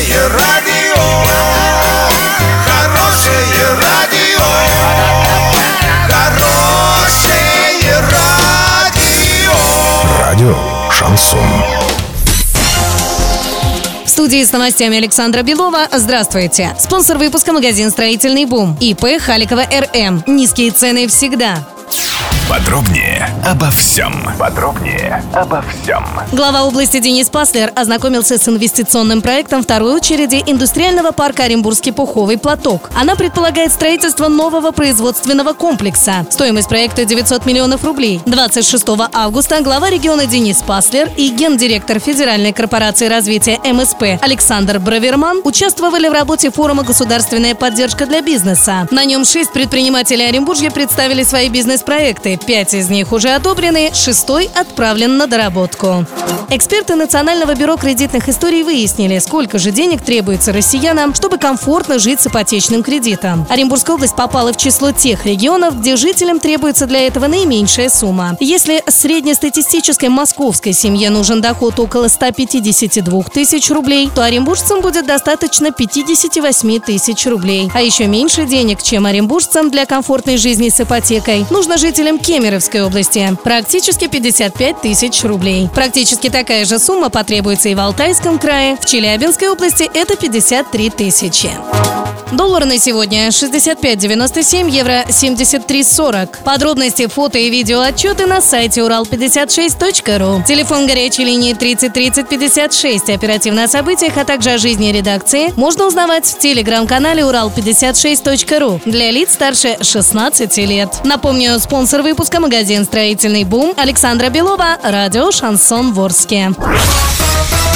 Хорошее радио, хорошее радио, хорошее радио. Радио «Шансон». В студии с новостями Александра Белова. Здравствуйте. Спонсор выпуска — магазин «Строительный бум». ИП Халикова РМ. Низкие цены всегда. Подробнее обо всем. Глава области Денис Паслер ознакомился с инвестиционным проектом второй очереди индустриального парка Оренбургский пуховый платок. Она предполагает строительство нового производственного комплекса. Стоимость проекта 900 миллионов рублей. 26 августа глава региона Денис Паслер и гендиректор Федеральной корпорации развития МСП Александр Браверман участвовали в работе форума «Государственная поддержка для бизнеса». На нем 6 предпринимателей Оренбуржья представили свои бизнес-проекты. 5 из них уже одобрены, 6-й отправлен на доработку. Эксперты Национального бюро кредитных историй выяснили, сколько же денег требуется россиянам, чтобы комфортно жить с ипотечным кредитом. Оренбургская область попала в число тех регионов, где жителям требуется для этого наименьшая сумма. Если среднестатистической московской семье нужен доход около 152 тысяч рублей, то оренбуржцам будет достаточно 58 тысяч рублей. А еще меньше денег, чем оренбуржцам для комфортной жизни с ипотекой, нужно жителям Кемеровской области. Практически 55 тысяч рублей. Практически такая же сумма потребуется и в Алтайском крае. В Челябинской области это 53 тысячи. Доллар на сегодня 65.97, евро 73.40. Подробности, фото и видео отчеты на сайте урал56.ру. Телефон горячей линии 30 30 56. Оперативно о событиях, а также о жизни редакции можно узнавать в телеграм-канале урал56.ру для лиц старше 16 лет. Напомню, спонсор выпуска — магазин «Строительный бум». Александра Белова, радио «Шансон» в Орске.